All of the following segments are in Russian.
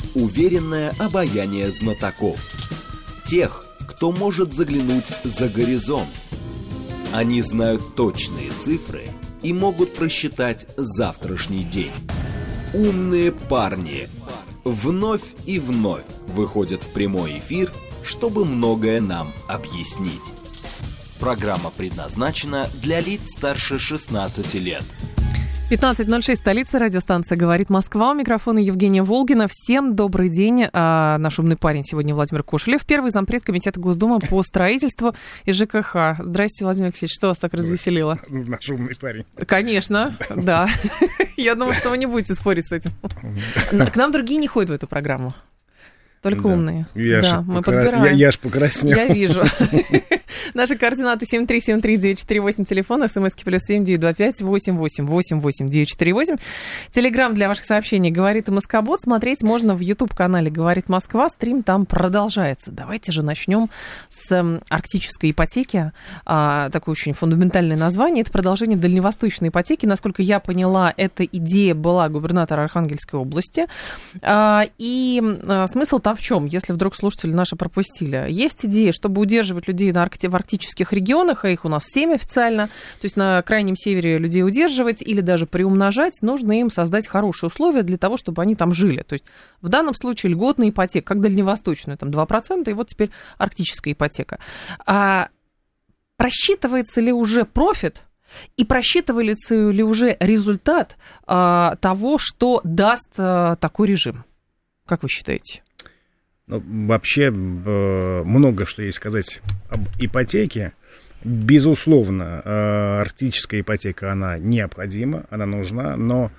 Уверенное обаяние знатоков. Тех, кто может заглянуть за горизонт. Они знают точные цифры и могут просчитать завтрашний день. Умные парни вновь и вновь выходят в прямой эфир, чтобы многое нам объяснить. Программа предназначена для лиц старше 16 лет. 15:06, столица, радиостанция «Говорит Москва». У микрофона Евгения Волгина. Всем добрый день. Наш умный парень сегодня Владимир Кошелев, первый зампред комитета Госдумы по строительству и ЖКХ. Здрасте, Владимир Алексеевич, что вас так развеселило? Наш умный парень. Конечно, да. Я думаю, что вы не будете спорить с этим. К нам другие не ходят в эту программу. Только умные. Мы подбираем. Я аж покраснел. Я вижу. Наши координаты 7373948, телефон, смски +7 925 888 948. Телеграм для ваших сообщений «Говорит Москобот». Смотреть можно в YouTube-канале «Говорит Москва». Стрим там продолжается. Давайте же начнем с арктической ипотеки. Такое очень фундаментальное название. Это продолжение дальневосточной ипотеки. Насколько я поняла, эта идея была губернатора Архангельской области. И смысл там в чем, если вдруг слушатели наши пропустили? Есть идея, чтобы удерживать людей в арктических регионах, а их у нас 7 официально, то есть на крайнем севере людей удерживать или даже приумножать, нужно им создать хорошие условия для того, чтобы они там жили. То есть в данном случае льготная ипотека, как дальневосточная, там 2%, и вот теперь арктическая ипотека. Просчитывается ли уже профит и просчитывается ли уже результат того, что даст такой режим? Как вы считаете? Ну, вообще, много что есть сказать об ипотеке. Безусловно, арктическая ипотека, она необходима, она нужна, но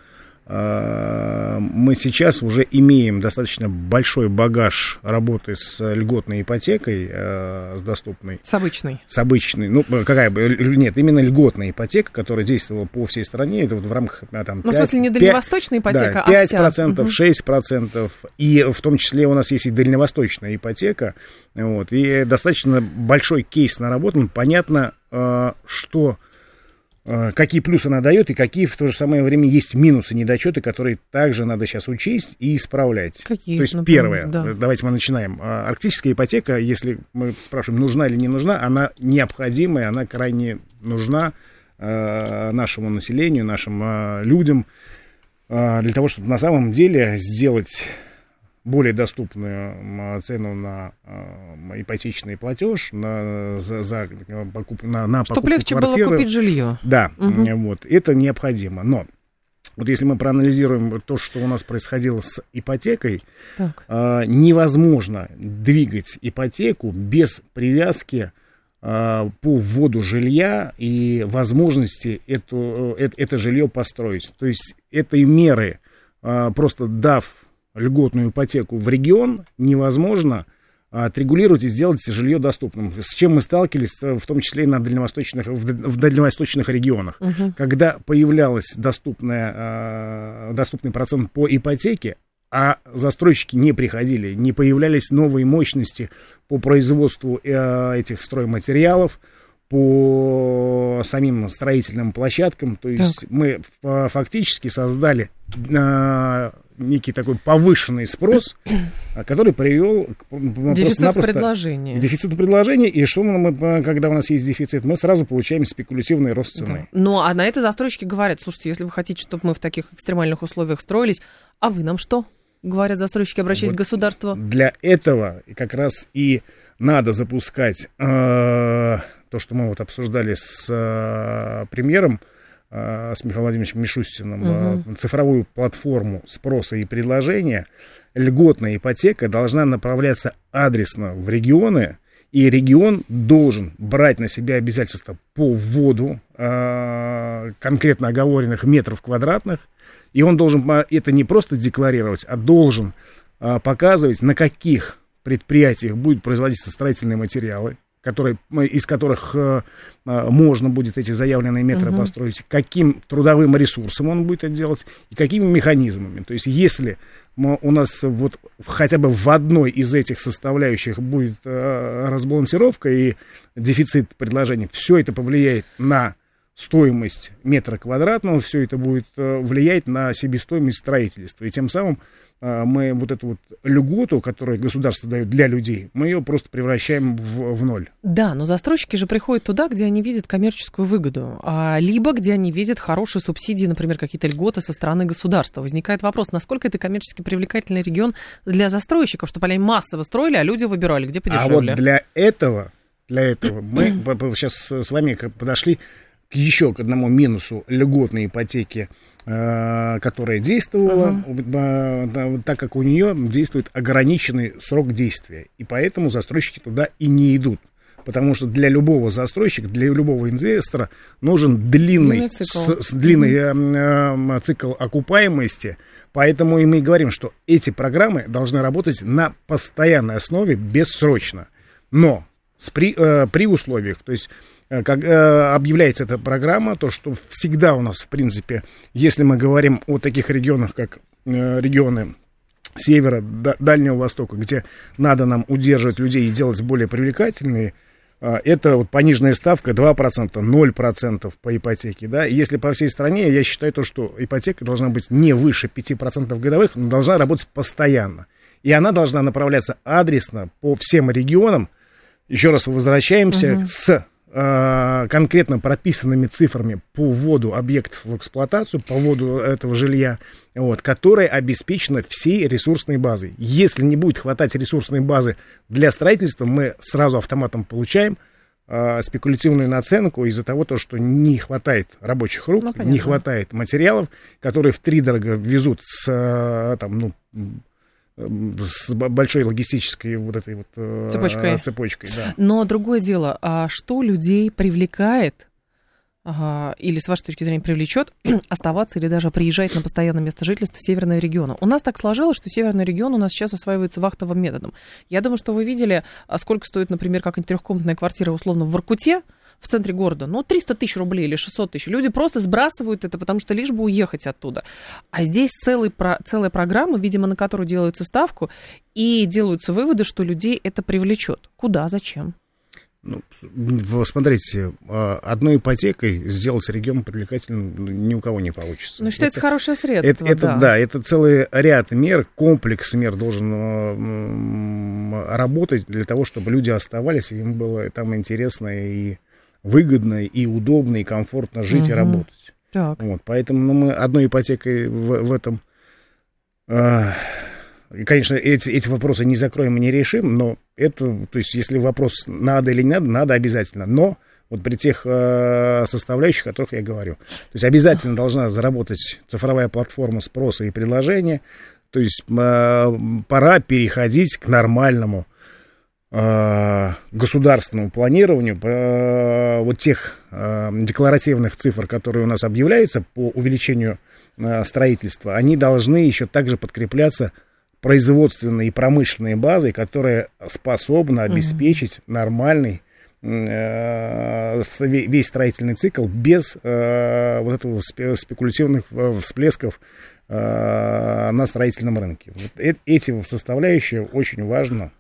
мы сейчас уже имеем достаточно большой багаж работы с льготной ипотекой, с доступной. С обычной. С обычной. Ну, какая бы, нет, именно льготная ипотека, которая действовала по всей стране, это вот в рамках, там, 5, в смысле, не дальневосточная ипотека, да, 5%, а вся. 6%, и в том числе у нас есть и дальневосточная ипотека, вот, и достаточно большой кейс наработан, понятно, что... какие плюсы она дает и какие в то же самое время есть минусы, недочеты, которые также надо сейчас учесть и исправлять. Какие? То есть, например, первое, да. Давайте мы начинаем. Арктическая ипотека, если мы спрашиваем, нужна или не нужна, она необходимая, она крайне нужна нашему населению, нашим людям, для того, чтобы на самом деле сделать более доступную цену на ипотечный платеж, за покупку чтобы легче квартиры. было купить жилье. Да, вот, это необходимо. Но вот если мы проанализируем то, что у нас происходило с ипотекой, невозможно двигать ипотеку без привязки по вводу жилья и возможности это жилье построить. То есть этой меры, просто дав льготную ипотеку в регион, невозможно отрегулировать и сделать жилье доступным. С чем мы сталкивались, в том числе и в дальневосточных регионах. Когда появлялся доступный процент по ипотеке, а застройщики не приходили, не появлялись новые мощности по производству этих стройматериалов, по самим строительным площадкам. То есть мы фактически создали некий такой повышенный спрос, который привел к дефициту предложения. И что мы, когда у нас есть дефицит, мы сразу получаем спекулятивный рост цены. Да. Ну, а на это застройщики говорят: слушайте, если вы хотите, чтобы мы в таких экстремальных условиях строились, а вы нам что? Говорят застройщики, обращаясь к государству. Для этого как раз и надо запускать то, что мы вот обсуждали с премьером, с Михаилом Владимировичем Мишустиным, цифровую платформу спроса и предложения. Льготная ипотека должна направляться адресно в регионы, и регион должен брать на себя обязательства по вводу конкретно оговоренных метров квадратных, и он должен это не просто декларировать, а должен показывать, на каких предприятиях будут производиться строительные материалы, из которых можно будет эти заявленные метры построить, каким трудовым ресурсом он будет это делать и какими механизмами. То есть если у нас вот хотя бы в одной из этих составляющих будет разбалансировка и дефицит предложений, все это повлияет на стоимость метра квадратного, все это будет влиять на себестоимость строительства. И тем самым мы вот эту вот льготу, которую государство дает для людей, мы ее просто превращаем в ноль. Да, но застройщики же приходят туда, где они видят коммерческую выгоду, либо где они видят хорошие субсидии, например, какие-то льготы со стороны государства. Возникает вопрос, насколько это коммерчески привлекательный регион для застройщиков, чтобы они массово строили, а люди выбирали, где подешевле. А вот для этого мы сейчас с вами подошли к еще к одному минусу льготной ипотеки, которая действовала, так как у нее действует ограниченный срок действия. И поэтому застройщики туда и не идут. Потому что для любого застройщика, для любого инвестора нужен длинный цикл окупаемости. Поэтому и мы говорим, что эти программы должны работать на постоянной основе, бессрочно. Но при условиях, то есть как объявляется эта программа, то что всегда у нас, в принципе, если мы говорим о таких регионах, как регионы севера, Дальнего Востока, где надо нам удерживать людей и делать более привлекательные, это вот пониженная ставка 2%, 0% по ипотеке. Да? Если по всей стране, я считаю, то, что ипотека должна быть не выше 5% годовых, но должна работать постоянно. И она должна направляться адресно по всем регионам. Еще раз возвращаемся с конкретно прописанными цифрами по вводу объектов в эксплуатацию, по вводу этого жилья, вот, которая обеспечена всей ресурсной базой. Если не будет хватать ресурсной базы для строительства, мы сразу автоматом получаем спекулятивную наценку из-за того, что не хватает рабочих рук, не хватает материалов, которые втридорого везут с большой логистической вот этой вот цепочкой. Да. Но другое дело, а что людей привлекает, или с вашей точки зрения привлечет, оставаться или даже приезжать на постоянное место жительства в северные регионы? У нас так сложилось, что северный регион у нас сейчас осваивается вахтовым методом. Я думаю, что вы видели, сколько стоит, например, какая-нибудь трехкомнатная квартира условно в Воркуте, в центре города, 300 тысяч рублей или 600 тысяч. Люди просто сбрасывают это, потому что лишь бы уехать оттуда. А здесь целая программа, видимо, на которую делается ставку, и делаются выводы, что людей это привлечет. Куда, зачем? Смотрите, одной ипотекой сделать регион привлекательным ни у кого не получится. Считается хорошее средство. Это целый ряд мер, комплекс мер должен работать для того, чтобы люди оставались, и им было там интересно и выгодно, и удобно, и комфортно жить и работать. Вот, поэтому мы одной ипотекой в этом... Конечно, эти вопросы не закроем и не решим, но это, то есть, если вопрос надо или не надо, надо обязательно. Но вот при тех составляющих, о которых я говорю. То есть обязательно должна заработать цифровая платформа спроса и предложения. То есть пора переходить к нормальному государственному планированию вот тех декларативных цифр, которые у нас объявляются по увеличению строительства, они должны еще также подкрепляться производственной и промышленной базой, которая способна обеспечить нормальный весь строительный цикл без вот этого спекулятивных всплесков на строительном рынке. Вот эти составляющие очень важно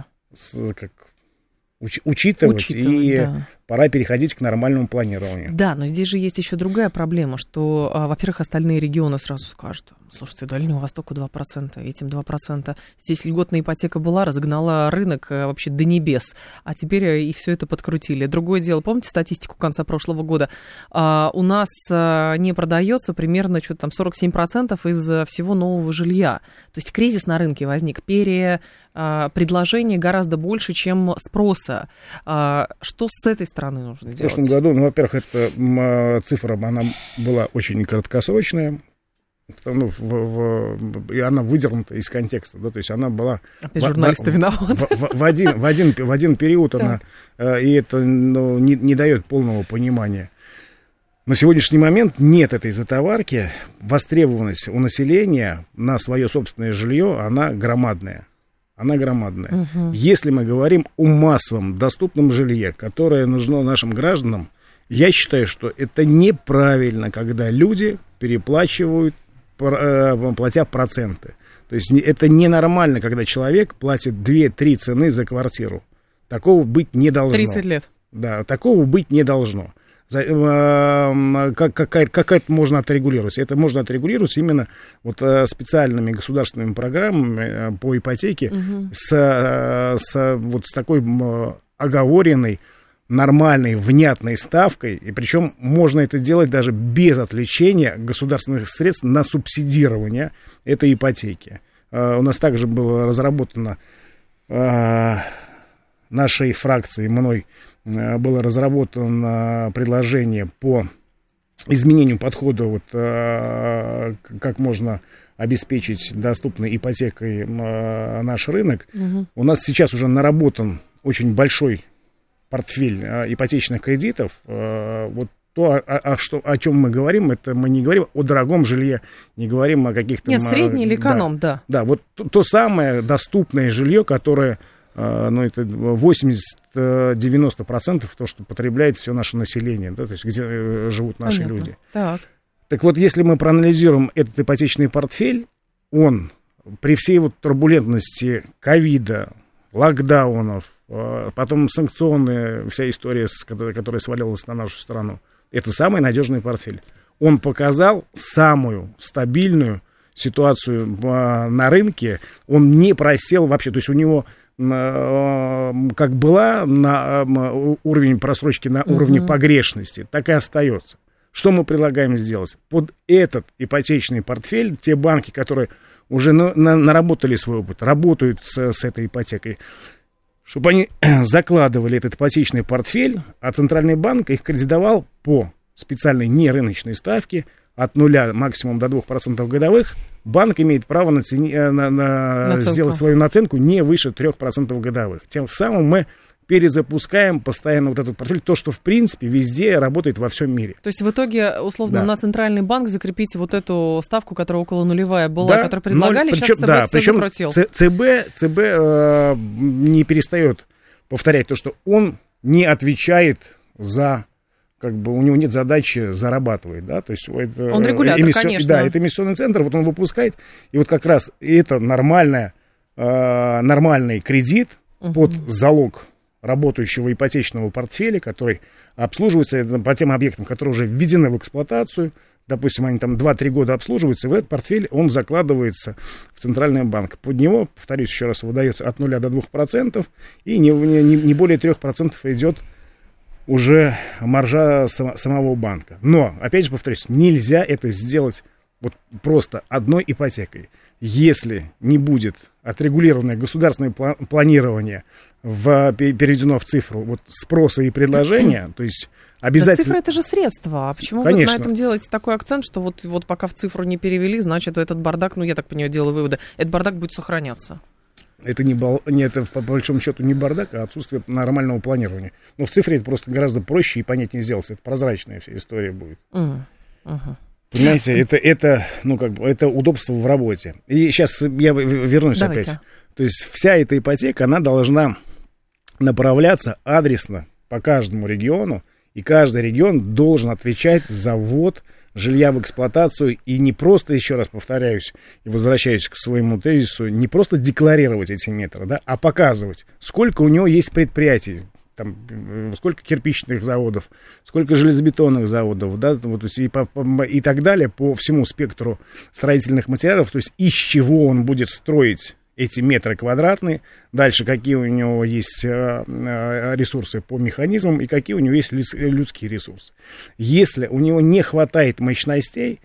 учитывать, и пора переходить к нормальному планированию. Да, но здесь же есть еще другая проблема, что, во-первых, остальные регионы сразу скажут: слушайте, Дальнему Востоку 2%, этим 2%. Здесь льготная ипотека была, разогнала рынок вообще до небес, а теперь и все это подкрутили. Другое дело, помните статистику конца прошлого года? У нас не продается примерно что-то там 47% из всего нового жилья. То есть кризис на рынке возник, предложение гораздо больше, чем спроса. Что с этой стороны нужно делать? В прошлом году, во-первых, эта цифра, она была очень краткосрочная, и она выдернута из контекста, да, то есть она была... Опять журналисты виноваты. В один период она, и это не дает полного понимания. На сегодняшний момент нет этой затоварки, востребованность у населения на свое собственное жилье, она громадная. Если мы говорим о массовом доступном жилье, которое нужно нашим гражданам, я считаю, что это неправильно, когда люди переплачивают, платя проценты. То есть это ненормально, когда человек платит 2-3 цены за квартиру. Такого быть не должно. 30 лет. Да, такого быть не должно. Как это можно отрегулировать? Это можно отрегулировать именно вот специальными государственными программами по ипотеке с такой оговоренной, нормальной, внятной ставкой. И причем можно это делать даже без отвлечения государственных средств на субсидирование этой ипотеки. У нас также было разработано нашей фракцией, мной, было разработано предложение по изменению подхода, вот, как можно обеспечить доступной ипотекой наш рынок. У нас сейчас уже наработан очень большой портфель ипотечных кредитов. Вот то, о чем мы говорим, это мы не говорим о дорогом жилье, не говорим о каких-то... Нет, средний или эконом, да. Да, вот то самое доступное жилье, которое... Ну, это 80-90% то, что потребляет все наше население, да, то есть где живут наши люди. Так вот, если мы проанализируем этот ипотечный портфель, он при всей вот турбулентности ковида, локдаунов, потом санкционная вся история, которая свалилась на нашу страну, это самый надежный портфель. Он показал самую стабильную ситуацию на рынке, он не просел вообще, то есть у него... как была на уровень просрочки, на уровне погрешности, так и остается. Что мы предлагаем сделать? Под этот ипотечный портфель те банки, которые уже наработали свой опыт, работают с этой ипотекой, чтобы они закладывали этот ипотечный портфель, а Центральный банк их кредитовал по специальной нерыночной ставке от 0 максимум до 2% годовых. Банк имеет право сделать свою наценку не выше 3% годовых. Тем самым мы перезапускаем постоянно вот этот портфель, то, что, в принципе, везде работает во всем мире. То есть, в итоге, условно, на Центральный банк закрепить вот эту ставку, которая около нулевая была, которую предлагали, сейчас ЦБ все закрутил. ЦБ не перестает повторять то, что он не отвечает за... Как бы у него нет задачи зарабатывать, да, то есть это, он регулятор, конечно. Да, это эмиссионный центр, вот он выпускает, и вот как раз это нормальный кредит под залог работающего ипотечного портфеля, который обслуживается по тем объектам, которые уже введены в эксплуатацию, допустим, они там 2-3 года обслуживаются, и в этот портфель он закладывается в Центральный банк. Под него, повторюсь еще раз, выдается от 0 до 2%, и не более 3% идет уже маржа самого банка. Но, опять же повторюсь, нельзя это сделать вот просто одной ипотекой. Если не будет отрегулированное государственное планирование переведено в цифру вот спроса и предложения, то есть обязательно... Цифра — это же средство. А почему вы на этом делаете такой акцент, что вот пока в цифру не перевели, значит, этот бардак, ну, я так понимаю, делаю выводы, этот бардак будет сохраняться? Это это по большому счету не бардак, а отсутствие нормального планирования. Но в цифре это просто гораздо проще и понятнее сделать. Это прозрачная вся история будет. Понимаете, это удобство в работе. И сейчас я вернусь опять. То есть вся эта ипотека, она должна направляться адресно по каждому региону, и каждый регион должен отвечать за ввод жилья в эксплуатацию, и не просто, еще раз повторяюсь, и возвращаюсь к своему тезису, не просто декларировать эти метры, да, а показывать, сколько у него есть предприятий, там, сколько кирпичных заводов, сколько железобетонных заводов, да, вот, и так далее по всему спектру строительных материалов, то есть из чего он будет строить эти метры квадратные, дальше какие у него есть ресурсы по механизмам и какие у него есть людские ресурсы. Если у него не хватает мощностей,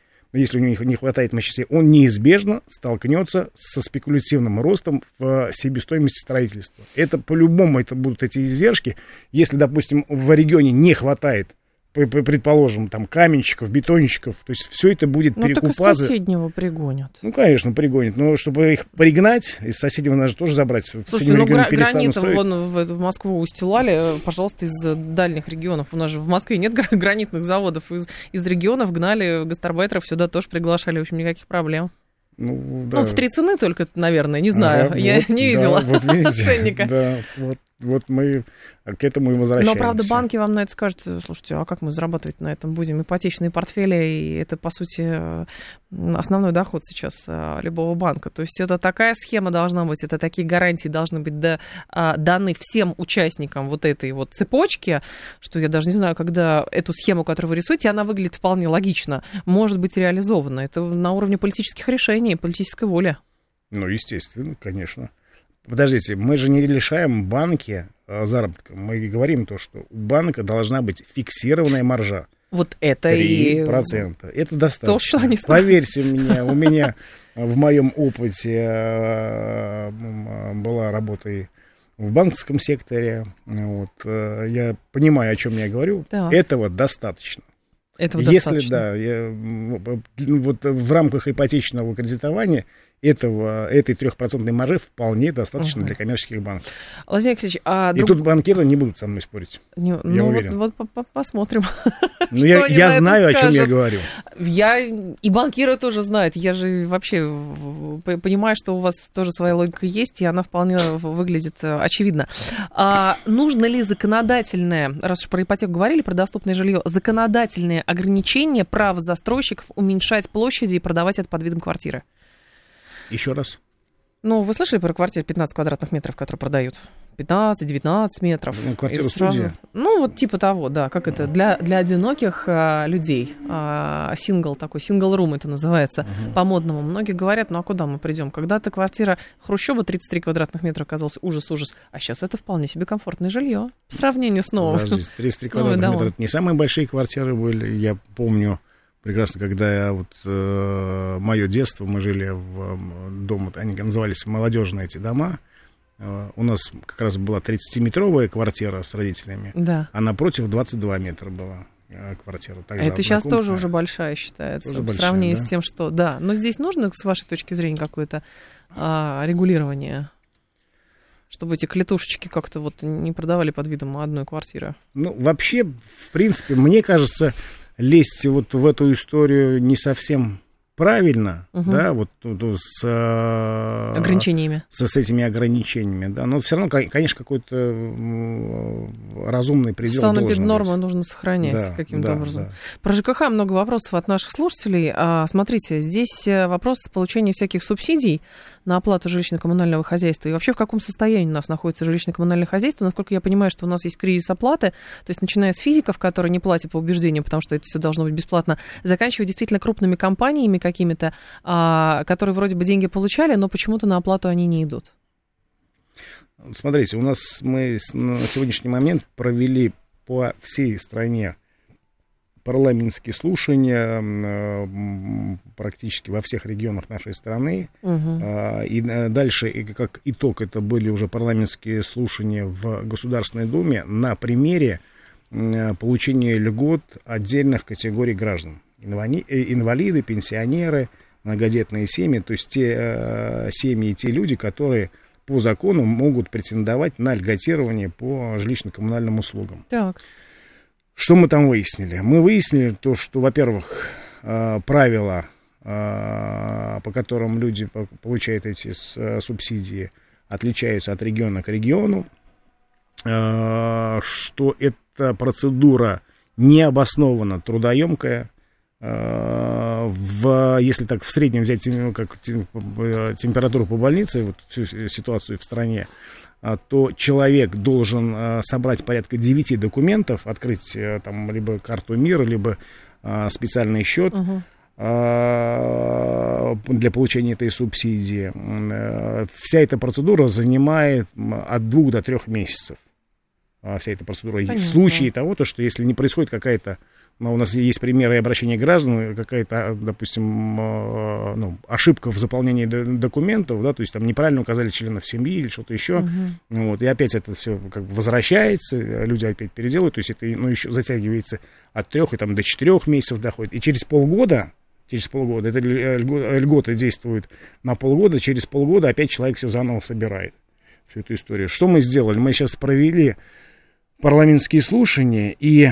он неизбежно столкнется со спекулятивным ростом в себестоимости строительства. Это по-любому, это будут эти издержки. Если, допустим, в регионе не хватает, предположим, там, каменщиков, бетонщиков, то есть все это будет перекупаться. Ну, так из соседнего пригонят. Ну, конечно, пригонят, но чтобы их пригнать, из соседнего надо же тоже забрать. Слушайте, ну, граниты вон в Москву устилали, пожалуйста, из дальних регионов. У нас же в Москве нет гранитных заводов, из регионов гнали гастарбайтеров, сюда тоже приглашали, в общем, никаких проблем. Ну, в 3 цены только, наверное, не знаю, я не видела ценника. Да, вот. вот мы к этому и возвращаемся. Но, правда, банки вам на это скажут: слушайте, а как мы зарабатывать на этом будем? Ипотечные портфели, и это, по сути, основной доход сейчас любого банка. То есть это такая схема должна быть, это такие гарантии должны быть даны всем участникам вот этой вот цепочки, что я даже не знаю, когда эту схему, которую вы рисуете, она выглядит вполне логично, может быть реализована. Это на уровне политических решений, политической воли. Ну, естественно, конечно. Подождите, мы же не лишаем банки заработка. Мы говорим то, что у банка должна быть фиксированная маржа. Вот это 3%. и... Это достаточно. То, что они... Поверьте мне, у меня в моем опыте была работа и в банковском секторе. Вот, я понимаю, о чем я говорю. Да. Этого достаточно. Если, да, вот в рамках ипотечного кредитования этой 3% маржи вполне достаточно для коммерческих банков. Владимир Алексеевич, и тут банкиры не будут со мной спорить. Я уверен. Вот посмотрим. Я знаю, о чем я говорю. И банкиры тоже знают. Я же вообще понимаю, что у вас тоже своя логика есть, и она вполне выглядит очевидно. Нужно ли законодательное, раз уж про ипотеку говорили, про доступное жилье, законодательное ограничение права застройщиков уменьшать площади и продавать это под видом квартиры? Еще раз. Ну, вы слышали про квартиру 15 квадратных метров, которые продают? 15-19 метров. Ну, квартира-студия. Ну, вот типа того, да, как это, для одиноких людей. Сингл такой, сингл-рум это называется, по-модному. Многие говорят, ну а куда мы придем? Когда-то квартира хрущоба 33 квадратных метра оказалась ужас-ужас, а сейчас это вполне себе комфортное жилье по сравнению с новым. Подождите, 33 квадратных метра, это не самые большие квартиры были, я помню. Прекрасно, когда мое детство, мы жили в доме, они назывались молодежные эти дома. У нас как раз была 30-метровая квартира с родителями, да. А напротив 22 метра была квартира. Также это сейчас тоже уже большая считается, тоже в сравнении с тем, что... Да, но здесь нужно, с вашей точки зрения, какое-то регулирование, чтобы эти клетушечки как-то вот не продавали под видом одной квартиры? Ну, вообще, в принципе, мне кажется... Лезть вот в эту историю не совсем правильно, да, вот с ограничениями. С этими ограничениями, да, но все равно, конечно, какой-то разумный предел должен быть. Санэпиднормы нужно сохранять каким-то образом. Да. Про ЖКХ много вопросов от наших слушателей. Смотрите, здесь вопрос получения всяких субсидий на оплату жилищно-коммунального хозяйства. И вообще, в каком состоянии у нас находится жилищно-коммунальное хозяйство? Насколько я понимаю, что у нас есть кризис оплаты, то есть начиная с физиков, которые не платят по убеждению, потому что это все должно быть бесплатно, заканчивая действительно крупными компаниями какими-то, которые вроде бы деньги получали, но почему-то на оплату они не идут. Смотрите, мы на сегодняшний момент провели по всей стране парламентские слушания практически во всех регионах нашей страны. И дальше, как итог, это были уже парламентские слушания в Государственной Думе на примере получения льгот отдельных категорий граждан. Инвалиды, пенсионеры, многодетные семьи, то есть те семьи и те люди, которые по закону могут претендовать на льготирование по жилищно-коммунальным услугам. Так. Что мы там выяснили? Мы выяснили то, что, во-первых, правила, по которым люди получают эти субсидии, отличаются от региона к региону, что эта процедура необоснованно трудоемкая. Если так в среднем взять температуру по больнице, вот всю ситуацию в стране, то человек должен собрать порядка 9 документов, открыть там либо карту мира, либо специальный счет для получения этой субсидии. Вся эта процедура занимает от 2 до 3 месяцев. Вся эта процедура. Понятно. В случае того, что если не происходит какая-то... У нас есть примеры обращения граждан, какая-то, допустим, ошибка в заполнении документов, да, то есть там неправильно указали членов семьи или что-то еще, вот, и опять это все как бы возвращается, люди опять переделывают, то есть это еще затягивается от 3 и там, до 4 месяцев доходит, и через полгода, эта льгота действует на полгода, через полгода опять человек все заново собирает, всю эту историю. Что мы сделали? Мы сейчас провели парламентские слушания, и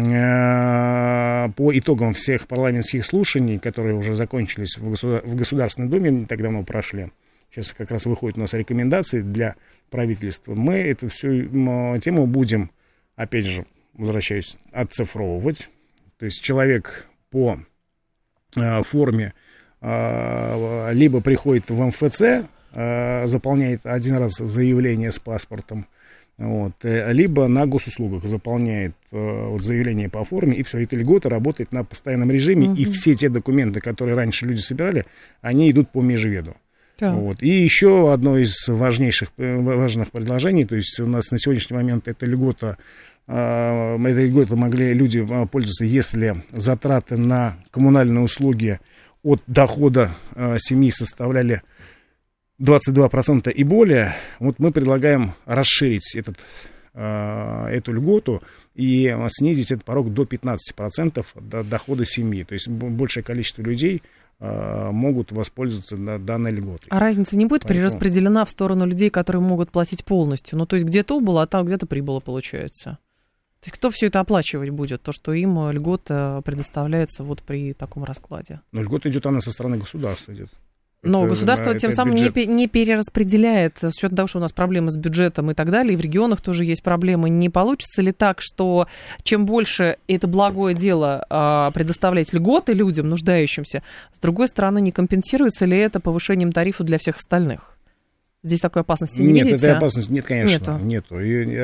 по итогам всех парламентских слушаний, которые уже закончились в Государственной Думе, не так давно прошли, сейчас как раз выходят у нас рекомендации для правительства, мы эту всю тему будем, опять же, возвращаюсь, оцифровывать. То есть человек по форме либо приходит в МФЦ, заполняет один раз заявление с паспортом, вот, либо на госуслугах заполняет заявление по форме, и все, эта льгота работает на постоянном режиме, и все те документы, которые раньше люди собирали, они идут по межведу. Вот. И еще одно из важных предложений, то есть у нас на сегодняшний момент эта льгота могли люди пользоваться, если затраты на коммунальные услуги от дохода семьи составляли 22% и более. Вот мы предлагаем расширить эту льготу и снизить этот порог до 15% дохода семьи. То есть большее количество людей могут воспользоваться данной льготой. А разница не будет перераспределена в сторону людей, которые могут платить полностью? Ну, то есть где-то убыло, а там где-то прибыло, получается. То есть кто все это оплачивать будет? То, что им льгота предоставляется вот при таком раскладе? Но льгота идет, она со стороны государства идет. Но государство тем самым не перераспределяет, с учетом того, что у нас проблемы с бюджетом и так далее, и в регионах тоже есть проблемы. Не получится ли так, что чем больше это благое дело предоставлять льготы людям, нуждающимся, с другой стороны, не компенсируется ли это повышением тарифа для всех остальных? Здесь такой опасности не видите? Нет, этой опасности нет, конечно. Нету.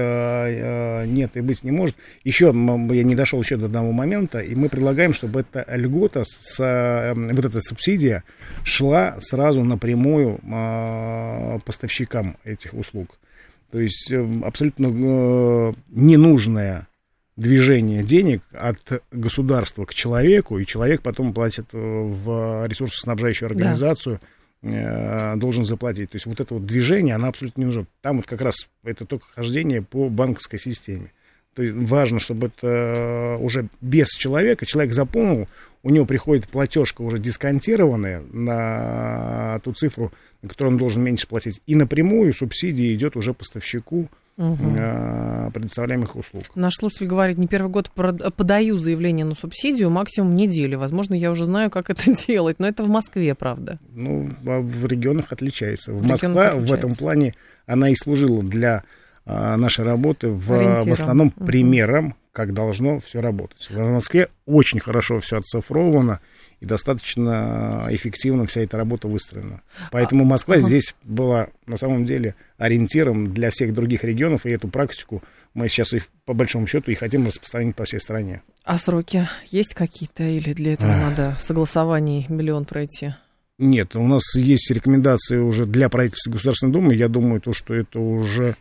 Нет, и быть не может. Еще я не дошел еще до одного момента, и мы предлагаем, чтобы эта льгота, вот эта субсидия шла сразу напрямую поставщикам этих услуг. То есть абсолютно ненужное движение денег от государства к человеку, и человек потом платит в ресурсоснабжающую организацию, должен заплатить. То есть вот это вот движение, оно абсолютно не нужно. Там вот как раз это только хождение по банковской системе. То есть важно, чтобы это уже без человека, человек заполнил, у него приходит платежка уже дисконтированная на ту цифру, на которую он должен меньше платить. И напрямую субсидия идет уже поставщику предоставляемых услуг. Наш слушатель говорит, не первый год подаю заявление на субсидию, максимум недели. Возможно, я уже знаю, как это делать, но это в Москве, правда? Ну, в регионах отличается. Москва в этом плане, она и служила для нашей работы в основном примером, как должно все работать. В Москве очень хорошо все оцифровано, и достаточно эффективно вся эта работа выстроена. Поэтому Москва здесь была на самом деле ориентиром для всех других регионов, и эту практику мы сейчас и по большому счету и хотим распространить по всей стране. А сроки есть какие-то, или для этого надо согласований миллион пройти? Нет, у нас есть рекомендации уже для правительства Государственной Думы. Я думаю, что это уже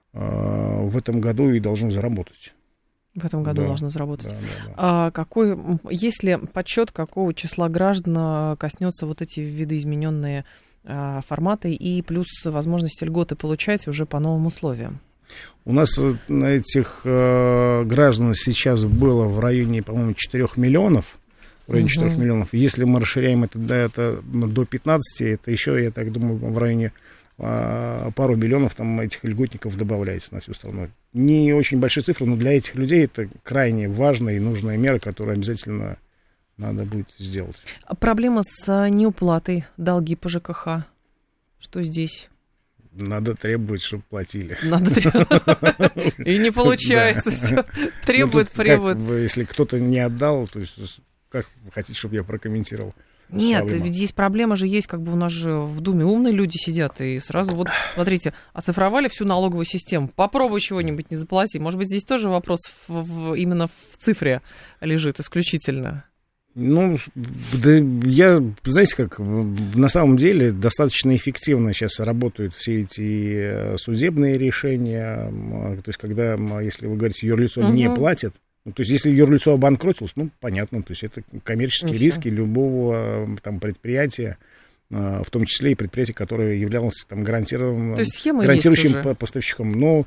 в этом году и должно заработать. В этом году должно заработать. Да. Есть ли подсчет, какого числа граждан коснется вот эти видоизмененные форматы и плюс возможности льготы получать уже по новым условиям? У нас этих граждан сейчас было в районе, по-моему, 4 миллионов. В районе 4 миллионов. Если мы расширяем это до 15, это еще, я так думаю, в районе пару миллионов там этих льготников добавляется на всю страну. Не очень большие цифры, но для этих людей это крайне важная и нужная мера, которую обязательно надо будет сделать. Проблема с неуплатой долги по ЖКХ. Что здесь? Надо требовать, чтобы платили. Надо требовать. И не получается. Требует. Если кто-то не отдал, то есть как вы хотите, чтобы я прокомментировал? Нет, ведь здесь проблема же есть, как бы у нас же в Думе умные люди сидят, и сразу вот, смотрите, оцифровали всю налоговую систему, попробуй чего-нибудь не заплати. Может быть, здесь тоже вопрос именно в цифре лежит исключительно? Ну, да, знаете как, на самом деле достаточно эффективно сейчас работают все эти судебные решения, то есть когда, если вы говорите, юрлицо не платит, то есть, если юрлицо обанкротилось, понятно, то есть это коммерческие риски любого там предприятия, в том числе и предприятия, которое являлось там гарантирующим поставщиком. Но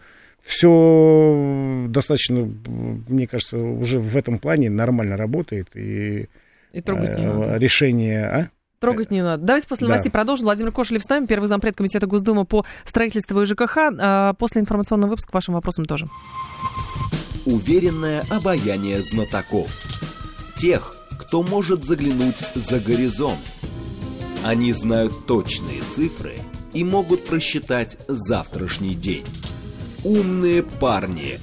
все достаточно, мне кажется, уже в этом плане нормально работает. И трогать не надо. Решение... Трогать не надо. Давайте после новостей продолжим. Владимир Кошелев с нами, первый зампред комитета Госдумы по строительству и ЖКХ. После информационного выпуска к вашим вопросам тоже. Уверенное обаяние знатоков. Тех, кто может заглянуть за горизонт. Они знают точные цифры и могут просчитать завтрашний день. Умные парни.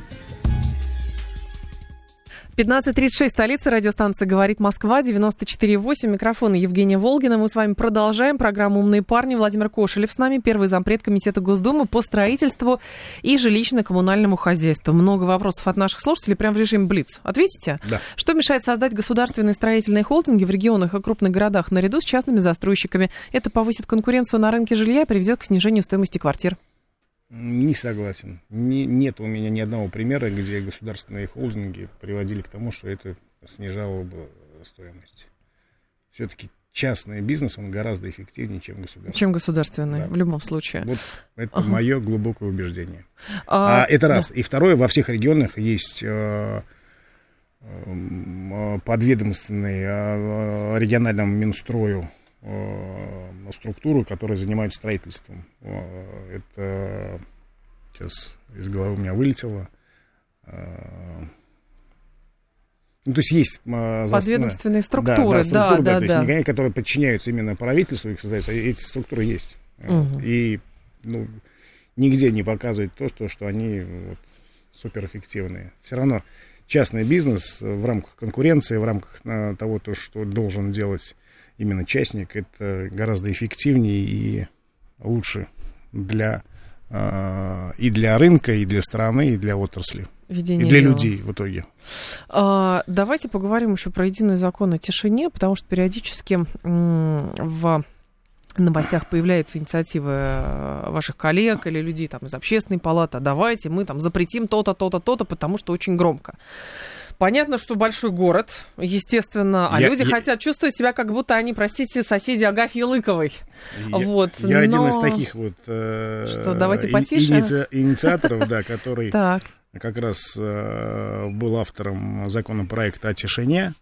15:36, столица, радиостанция «Говорит Москва», 94,8, микрофон Евгения Волгина. Мы с вами продолжаем программу «Умные парни». Владимир Кошелев с нами, первый зампред комитета Госдумы по строительству и жилищно-коммунальному хозяйству. Много вопросов от наших слушателей, прямо в режиме Блиц. Ответите? Да. Что мешает создать государственные строительные холдинги в регионах и крупных городах наряду с частными застройщиками? Это повысит конкуренцию на рынке жилья и приведет к снижению стоимости квартир. Не согласен. Нет у меня ни одного примера, где государственные холдинги приводили к тому, что это снижало бы стоимость. Все-таки частный бизнес, он гораздо эффективнее, чем государственный. Чем государственный, да. В любом случае. Вот это мое глубокое убеждение. Это раз. Да. И второе, во всех регионах есть подведомственные региональному Минстрою структуры, которые занимаются строительством. Это сейчас из головы у меня вылетело. Ну, то есть есть подведомственные структуры, да. То есть, которые подчиняются именно правительству, их создаются, эти структуры есть. И нигде не показывает то, что они суперэффективные. Все равно частный бизнес в рамках конкуренции, в рамках того, что должен делать именно частник, это гораздо эффективнее и лучше и для рынка, и для страны, и для отрасли, ведение и для дела. людей в итоге. Давайте поговорим еще про единый закон о тишине, потому что периодически в новостях появляются инициативы ваших коллег или людей там из общественной палаты. Давайте мы там запретим то-то, то-то, то-то, потому что очень громко. Понятно, что большой город, естественно, люди хотят чувствовать себя, как будто они, простите, соседи Агафьи Лыковой. Я один из таких давайте потише. Инициаторов, да, который как раз был автором законопроекта о тишине.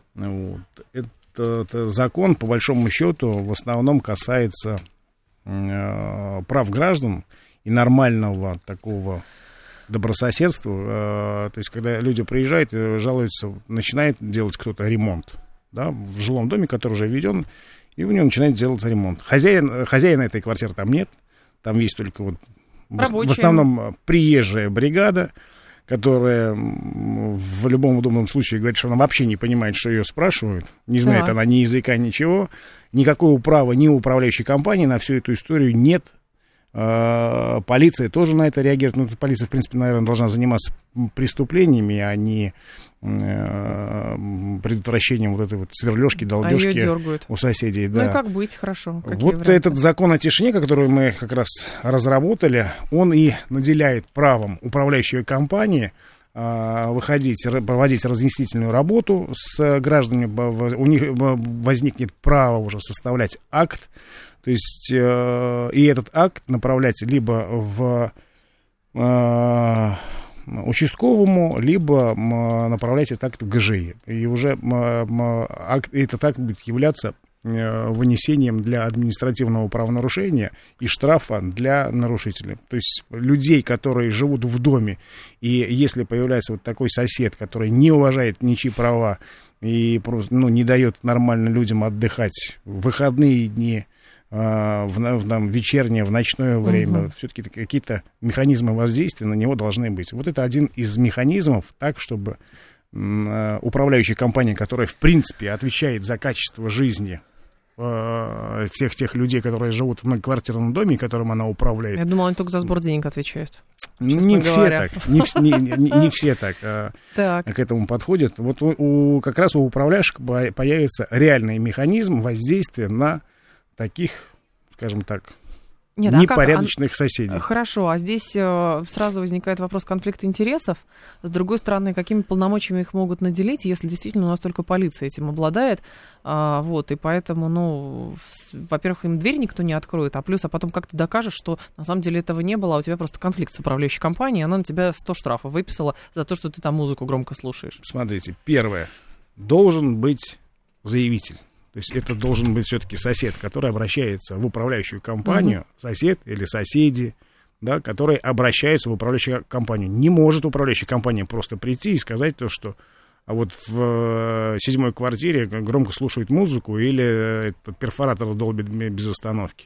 Этот закон, по большому счету, в основном касается прав граждан и нормального такого добрососедства. То есть, когда люди приезжают и жалуются, начинает делать кто-то ремонт, да, в жилом доме, который уже введен, и у него начинает делаться ремонт. Хозяина этой квартиры там нет, там есть только в основном приезжая бригада, которая в любом удобном случае говорит, что она вообще не понимает, что ее спрашивают, не знает она ни языка, ничего, никакого права ни у управляющей компании на всю эту историю нет. Полиция тоже на это реагирует. Ну, полиция, в принципе, наверное, должна заниматься преступлениями, а не предотвращением вот этой вот сверлежки, долбежки у соседей. Да. Ну и как быть, хорошо? Какие варианты? Этот закон о тишине, который мы как раз разработали, он и наделяет правом управляющей компании проводить разъяснительную работу с гражданами. У них возникнет право уже составлять акт. То есть, и этот акт направлять либо в участковому, либо направлять этот акт в ГЖИ. И уже этот акт будет являться вынесением для административного правонарушения и штрафа для нарушителей. То есть людей, которые живут в доме, и если появляется вот такой сосед, который не уважает ничьи права и просто не дает нормально людям отдыхать в выходные дни, в вечернее, в ночное время, все-таки какие-то механизмы воздействия на него должны быть. Вот это один из механизмов, так, чтобы управляющая компания, которая, в принципе, отвечает за качество жизни всех тех людей, которые живут в многоквартирном доме, которым она управляет. Я думала, они только за сбор денег отвечают. Не все так. Не все так к этому подходят. Вот как раз у управляющих появится реальный механизм воздействия на таких, скажем так, непорядочных соседей. Хорошо, а здесь сразу возникает вопрос конфликта интересов. С другой стороны, какими полномочиями их могут наделить, если действительно у нас только полиция этим обладает. И поэтому, во-первых, им дверь никто не откроет, а потом как ты докажешь, что на самом деле этого не было, а у тебя просто конфликт с управляющей компанией, она на тебя 100 штрафов выписала за то, что ты там музыку громко слушаешь. Смотрите, первое, должен быть заявитель. То есть это должен быть все-таки сосед, который обращается в управляющую компанию, сосед или соседи, да, которые обращаются в управляющую компанию. Не может управляющая компания просто прийти и сказать то, что вот в 7-й квартире громко слушают музыку или перфоратор долбит без остановки.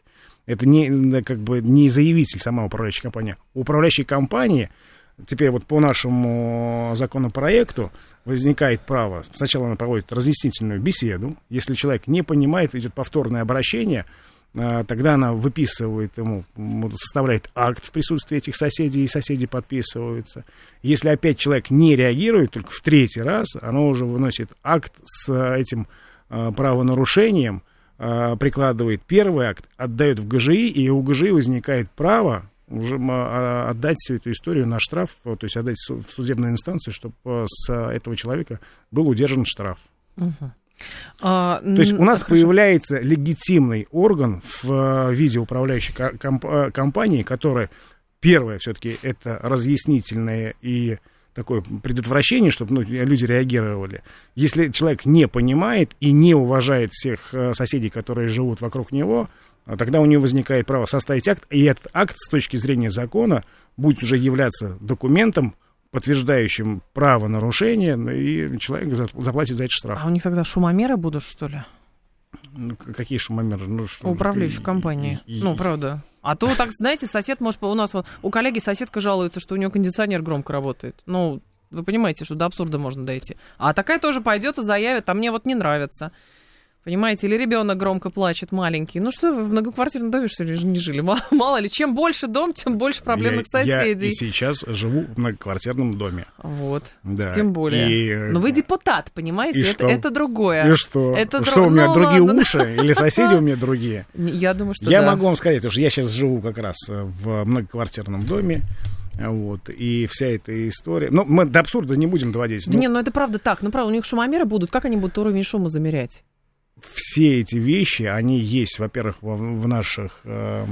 Это не заявитель, сама управляющая компания. У управляющей компании теперь вот по нашему законопроекту возникает право, сначала она проводит разъяснительную беседу, если человек не понимает, идет повторное обращение, тогда она выписывает ему, составляет акт в присутствии этих соседей, и соседи подписываются. Если опять человек не реагирует, только в третий раз, она уже выносит акт с этим правонарушением, прикладывает первый акт, отдает в ГЖИ, и у ГЖИ возникает право уже отдать всю эту историю на штраф, то есть отдать в судебную инстанцию, чтобы с этого человека был удержан штраф. То есть у нас появляется легитимный орган в виде управляющей компании, которая, первое, все-таки это разъяснительное и такое предотвращение, чтобы люди реагировали. Если человек не понимает и не уважает всех соседей, которые живут вокруг него, тогда у него возникает право составить акт, и этот акт с точки зрения закона будет уже являться документом, подтверждающим правонарушение, и человек заплатит за это штраф. А у них тогда шумомеры будут, что ли? Какие шумомеры? Управляющей компании. Правда. А то, так, знаете, сосед может... У нас у коллеги соседка жалуется, что у нее кондиционер громко работает. Вы понимаете, что до абсурда можно дойти. А такая тоже пойдет и заявит, а мне вот не нравится. Понимаете, или ребенок громко плачет, маленький. Что вы в многоквартирном доме, что ли, не жили? Мало ли, чем больше дом, тем больше проблемных соседей. Я и сейчас живу в многоквартирном доме. Вот, да. Тем более. Но вы депутат, понимаете, это другое. И что? Что, у меня другие уши? Или соседи у меня другие? Я думаю, что Я могу вам сказать, потому что я сейчас живу как раз в многоквартирном доме. И вся эта история... мы до абсурда не будем доводить. Это правда так. Правда, у них шумомеры будут. Как они будут уровень шума замерять? Все эти вещи, они есть, во-первых, в наших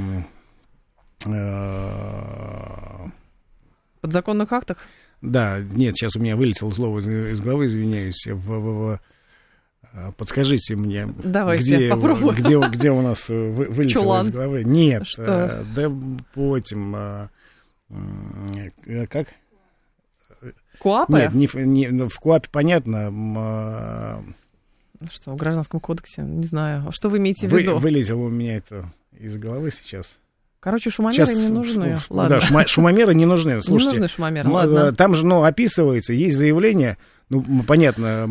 подзаконных актах? Да, нет, сейчас у меня вылетело слово из головы, извиняюсь. Подскажите мне, давайте, где у нас вылетело Чулан. Из головы? Нет, что? Да по этим... как? КОАПы? Нет, не в КОАПе понятно... Что, в Гражданском кодексе? Не знаю. А что вы имеете в виду? Вылетело у меня это из головы сейчас. Короче, шумомеры не нужны. Ладно. Да, шумомеры не нужны. Слушайте, не нужны шумомеры, ладно. Там же, описывается, есть заявление, понятно,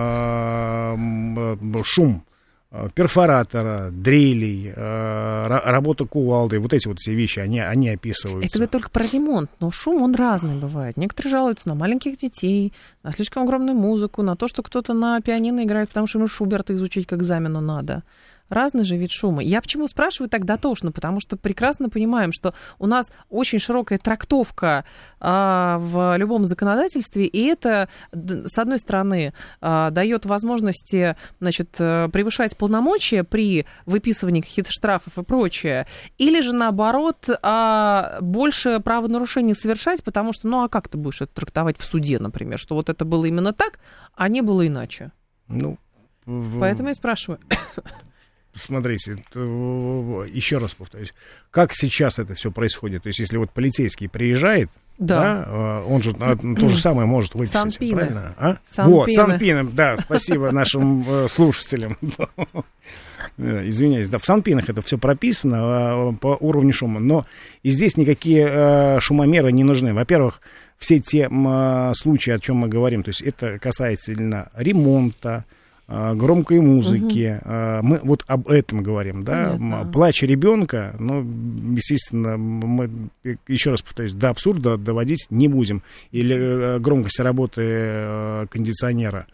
шум перфоратора, дрелей, работа кувалдой, вот эти вот все вещи, они описываются. Это только про ремонт, но шум, он разный бывает. Некоторые жалуются на маленьких детей, на слишком огромную музыку, на то, что кто-то на пианино играет, потому что ему Шуберта изучить к экзамену надо. Разный же вид шума. Я почему спрашиваю так дотошно? Потому что прекрасно понимаем, что у нас очень широкая трактовка в любом законодательстве, и это, с одной стороны, дает возможности, превышать полномочия при выписывании каких-то штрафов и прочее, или же, наоборот, больше правонарушений совершать, потому что, а как ты будешь это трактовать в суде, например, что вот это было именно так, а не было иначе? Поэтому я спрашиваю. Смотрите, еще раз повторюсь, как сейчас это все происходит? То есть, если вот полицейский приезжает, да, он же то же самое может выписать, Санпины. Правильно? Санпины, да, спасибо нашим слушателям. Извиняюсь, да, в Санпинах это все прописано по уровню шума, но и здесь никакие шумомеры не нужны. Во-первых, все те случаи, о чем мы говорим, то есть это касается именно ремонта, громкой музыки, мы вот об этом говорим, да, понятно. Плач ребенка, естественно, мы, еще раз повторюсь, до абсурда доводить не будем, или громкость работы кондиционера.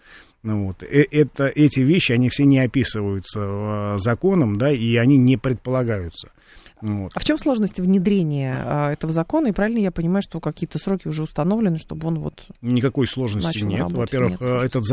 Эти вещи, они все не описываются законом, да, и они не предполагаются. А в чем сложность внедрения этого закона? И правильно я понимаю, что какие-то сроки уже установлены, чтобы он Никакой сложности нет. Во-первых,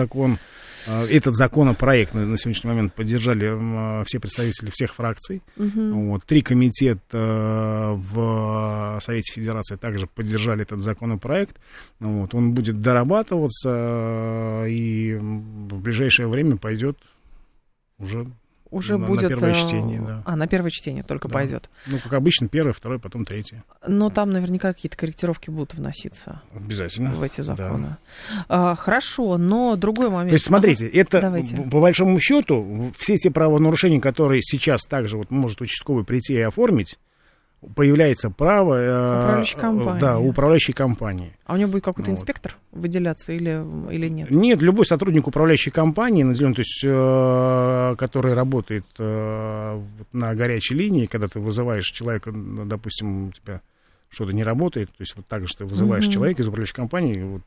этот законопроект на сегодняшний момент поддержали все представители всех фракций. 3 комитета в Совете Федерации также поддержали этот законопроект. Он будет дорабатываться и в ближайшее время пойдет уже уже будет... На первое чтение, да. На первое чтение только пойдет. Ну, как обычно, первое, второе, потом третье. Но там наверняка какие-то корректировки будут вноситься. Обязательно. В эти законы. Да. Хорошо, но другой момент. То есть, смотрите, это, давайте. По большому счету, все те правонарушения, которые сейчас также вот может участковый прийти и оформить, появляется право у управляющей компании. А у него будет какой-то инспектор выделяться или нет? Нет, любой сотрудник управляющей компании, наделен, то есть, который работает на горячей линии, когда ты вызываешь человека, допустим, у тебя что-то не работает, то есть вот так же ты вызываешь человека из управляющей компании,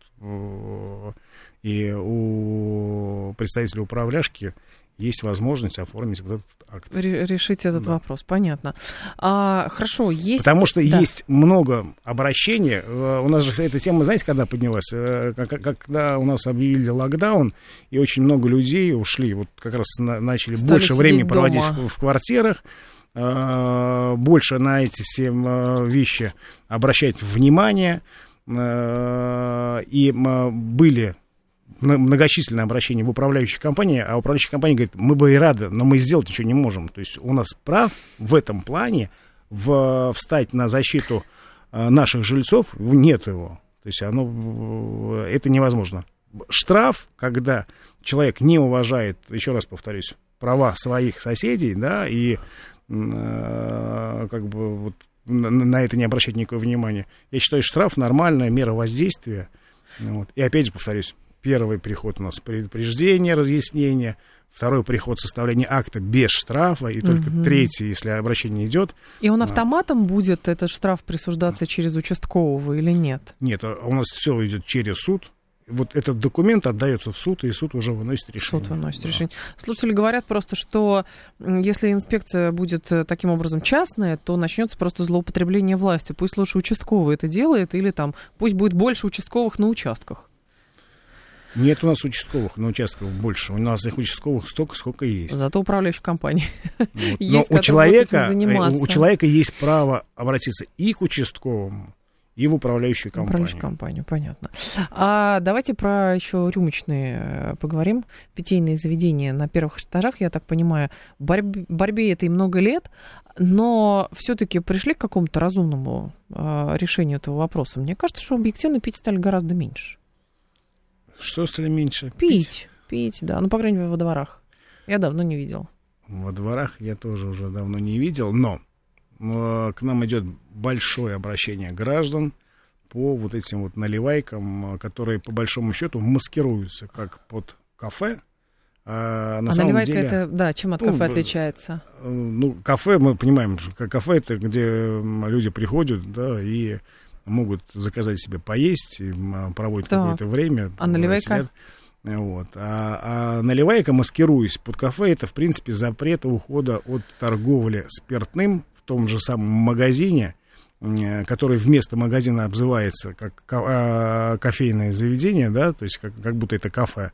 и у представителя управляшки есть возможность оформить вот этот акт. Решить этот вопрос, понятно. Хорошо, есть... Потому что есть много обращений. У нас же эта тема, знаете, когда поднялась? Когда у нас объявили локдаун, и очень много людей ушли, вот как раз начали больше времени проводить в квартирах, больше на эти все вещи обращать внимание, и были многочисленные обращения в управляющей компании, а управляющая компания говорит, мы бы и рады, но мы сделать ничего не можем. То есть у нас прав в этом плане встать на защиту наших жильцов нет его. То есть это невозможно. Штраф, когда человек не уважает, еще раз повторюсь, права своих соседей, да, и как бы вот на это не обращать никакого внимания. Я считаю, штраф нормальная мера воздействия. Вот. И опять же повторюсь, первый приход у нас предупреждение, разъяснение, второй приход составление акта без штрафа, и только третий, если обращение идет. И он автоматом будет, этот штраф, присуждаться через участкового или нет? Нет, у нас все идет через суд. Вот этот документ отдается в суд, и суд уже выносит решение. Суд выносит решение. Слушатели говорят просто, что если инспекция будет таким образом частная, то начнется просто злоупотребление властью. Пусть лучше участковый это делает, или там пусть будет больше участковых на участках. Нет у нас участковых на участках больше. У нас их участковых столько, сколько есть. Зато управляющая компания. Вот. Но у человека есть право обратиться и к участковому, и в управляющую компанию. Управляющую компанию, понятно. Давайте про еще рюмочные поговорим. Питейные заведения на первых этажах, я так понимаю, борьбе этой много лет, но все-таки пришли к какому-то разумному решению этого вопроса. Мне кажется, что объективно пить стали гораздо меньше. Что стали меньше? Пить, да. Ну, по крайней мере, во дворах. Я давно не видел. Во дворах я тоже уже давно не видел, но к нам идет большое обращение граждан по вот этим вот наливайкам, которые по большому счету маскируются как под кафе. На самом наливайка деле, это, да, чем от кафе отличается? Ну, кафе, мы понимаем, что кафе это где люди приходят, да, и могут заказать себе поесть, и проводят какое-то время. А наливайка? Вот. А наливайка, маскируясь под кафе, это, в принципе, запрет ухода от торговли спиртным в том же самом магазине, который вместо магазина обзывается как кофейное заведение, да, то есть как будто это кафе.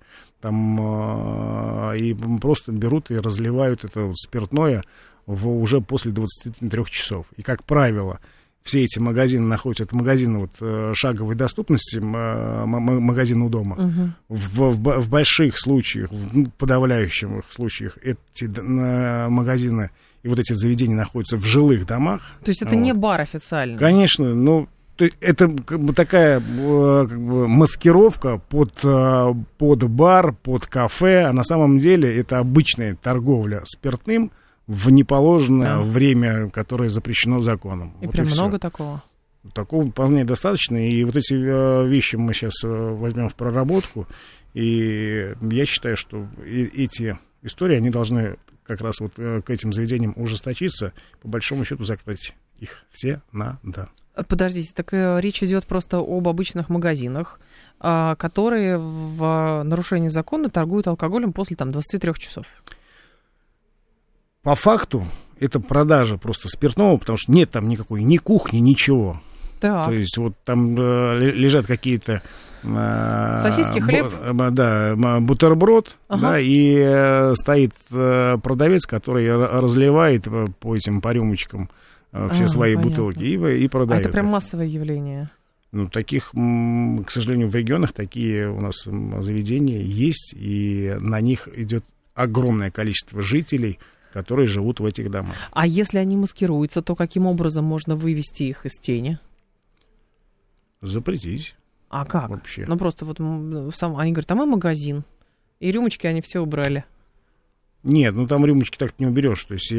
Там и просто берут и разливают это вот спиртное уже после 23 часов. И, как правило, все эти магазины находятся, это магазины вот шаговой доступности, магазины у дома. В больших случаях, в подавляющих случаях эти магазины и вот эти заведения находятся в жилых домах. То есть это не бар официально? Конечно, ну, это как бы такая как бы маскировка под бар, под кафе, а на самом деле это обычная торговля спиртным в неположенное время, которое запрещено законом. И вот прям много такого? Такого вполне достаточно. И вот эти вещи мы сейчас возьмем в проработку. И я считаю, что эти истории, они должны как раз вот к этим заведениям ужесточиться. По большому счету закрыть их все надо. Подождите, так речь идет просто об обычных магазинах, которые в нарушении закона торгуют алкоголем после там 23 часов. По факту, это продажа просто спиртного, потому что нет там никакой ни кухни, ничего. Так. То есть вот там лежат какие-то... сосиски, хлеб? Бутерброд, да, и стоит продавец, который разливает по рюмочкам все свои бутылки и продает. А это прям массовое явление? Ну, таких, к сожалению, в регионах такие у нас заведения есть, и на них идет огромное количество жителей, которые живут в этих домах. А если они маскируются, то каким образом можно вывести их из тени? Запретить. А как? Вообще. Ну, просто вот они говорят, а мы магазин. И рюмочки они все убрали. Нет, ну там рюмочки так не уберешь. То есть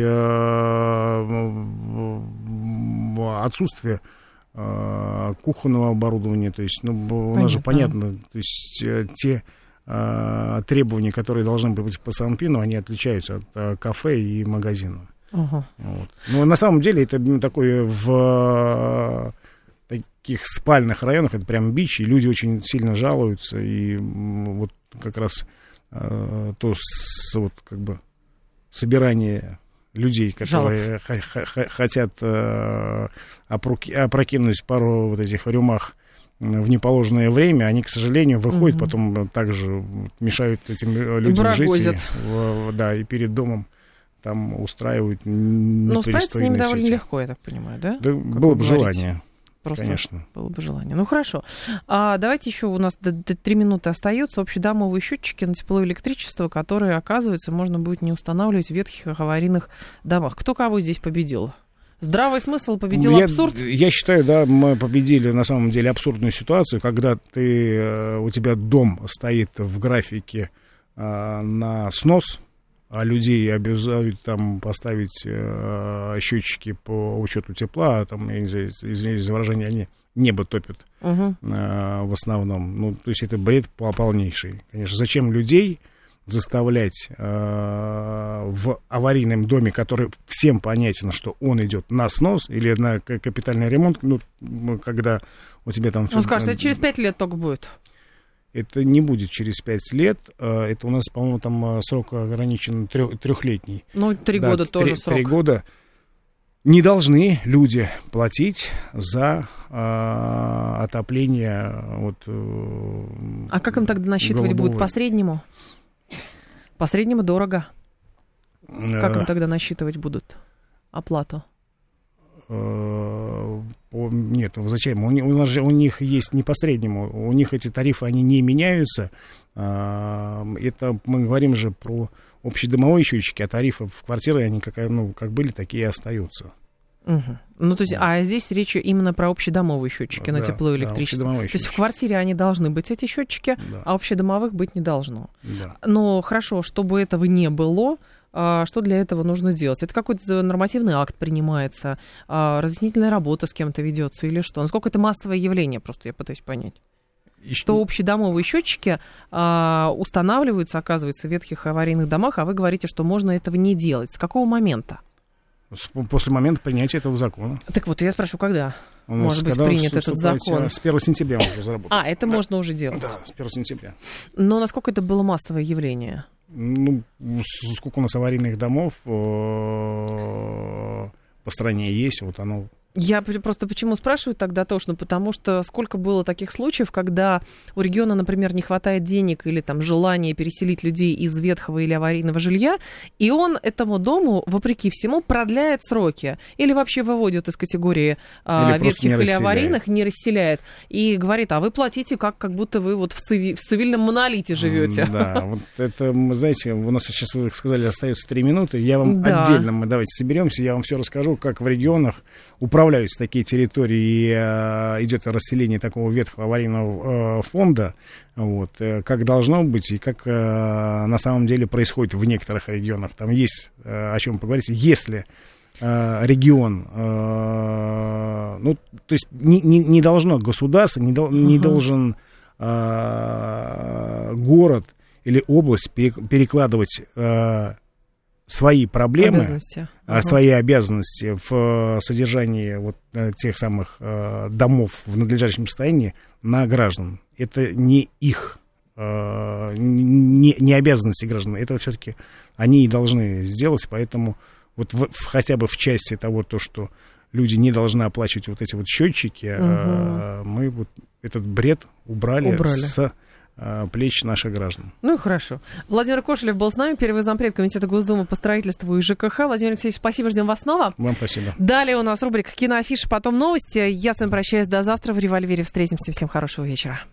отсутствие кухонного оборудования. То есть, у нас же понятно, то есть те требования, которые должны быть по Санпину, они отличаются от кафе и магазина. Вот. Но на самом деле это такое в таких спальных районах, это прям бич, и люди очень сильно жалуются, и вот как раз то вот как бы собирание людей, которые хотят опрокинуть пару вот этих рюмах в неположенное время, они, к сожалению, выходят, потом также мешают этим людям жить. Да, и перед домом там устраивают непристойные Ну, справиться с ними довольно легко, я так понимаю, да? Да, было бы желание. Просто конечно. Было бы желание. Ну, хорошо. Давайте еще, у нас 3 минуты остается, общедомовые счетчики на тепло и электричество, которые, оказывается, можно будет не устанавливать в ветхих аварийных домах. Кто кого здесь победил? Здравый смысл победил абсурд? Я считаю, да, мы победили на самом деле абсурдную ситуацию, когда у тебя дом стоит в графике на снос, а людей обязуют там поставить счетчики по учету тепла, там, я не знаю, извиняюсь за выражение, они небо топят в основном. Ну, то есть это бред полнейший. Конечно, зачем людей заставлять в аварийном доме, который всем понятен, что он идет на снос или на капитальный ремонт, ну, когда у тебя там... Он скажет, это через 5 лет только будет. Это не будет через 5 лет. Это у нас, по-моему, там срок ограничен 3-летний. Ну, 3 года тоже срок. 3 года. Не должны люди платить за отопление. А как им тогда насчитывать будет? По среднему? По среднему дорого. Как им тогда насчитывать будут оплату? Нет, зачем? У них есть не по среднему, у них эти тарифы, они не меняются. Это мы говорим же про общедомовые счетчики, а тарифы в квартиры, они как были, такие и остаются. Ну, то есть, а здесь речь именно про общедомовые счетчики на тепло и электричество. То есть в квартире они должны быть, эти счетчики, а общедомовых быть не должно. Но хорошо, чтобы этого не было, что для этого нужно делать? Это какой-то нормативный акт принимается, разъяснительная работа с кем-то ведется или что? Насколько это массовое явление, просто я пытаюсь понять. Что общедомовые счетчики устанавливаются, оказывается, в ветхих аварийных домах, а вы говорите, что можно этого не делать. С какого момента? После момента принятия этого закона. Так вот, я спрашиваю, когда может быть принят этот закон? С 1 сентября он уже заработал. Это можно уже делать? Да, с 1 сентября. Но насколько это было массовое явление? Ну, сколько у нас аварийных домов по стране есть, вот оно... Я просто почему спрашиваю так дотошно, потому что сколько было таких случаев, когда у региона, например, не хватает денег или там желания переселить людей из ветхого или аварийного жилья, и он этому дому, вопреки всему, продляет сроки или вообще выводит из категории ветхих или аварийных, не расселяет, и говорит, а вы платите, как будто вы вот в цивильном монолите живете. Да, вот это, знаете, у нас сейчас, вы сказали, остается 3 минуты, я вам отдельно, мы давайте соберемся, я вам все расскажу, как в регионах управляются такие территории, и идет расселение такого ветхого аварийного фонда, вот, как должно быть и как на самом деле происходит в некоторых регионах. Там есть о чем поговорить. Если регион, ну, то есть не должно государство, не должен город или область перекладывать свои проблемы, свои обязанности в содержании вот тех самых домов в надлежащем состоянии на граждан. Это не их, не обязанности граждан, это все-таки они и должны сделать, поэтому вот хотя бы в части того, то, что люди не должны оплачивать вот эти вот счетчики, мы вот этот бред убрали. С плеч наших граждан. Ну и хорошо. Владимир Кошелев был с нами, первый зампред комитета Госдумы по строительству и ЖКХ. Владимир Алексеевич, спасибо, ждем вас снова. Вам спасибо. Далее у нас рубрика «Киноафиша», потом новости. Я с вами прощаюсь до завтра. В «Револьвере» встретимся. Всем хорошего вечера.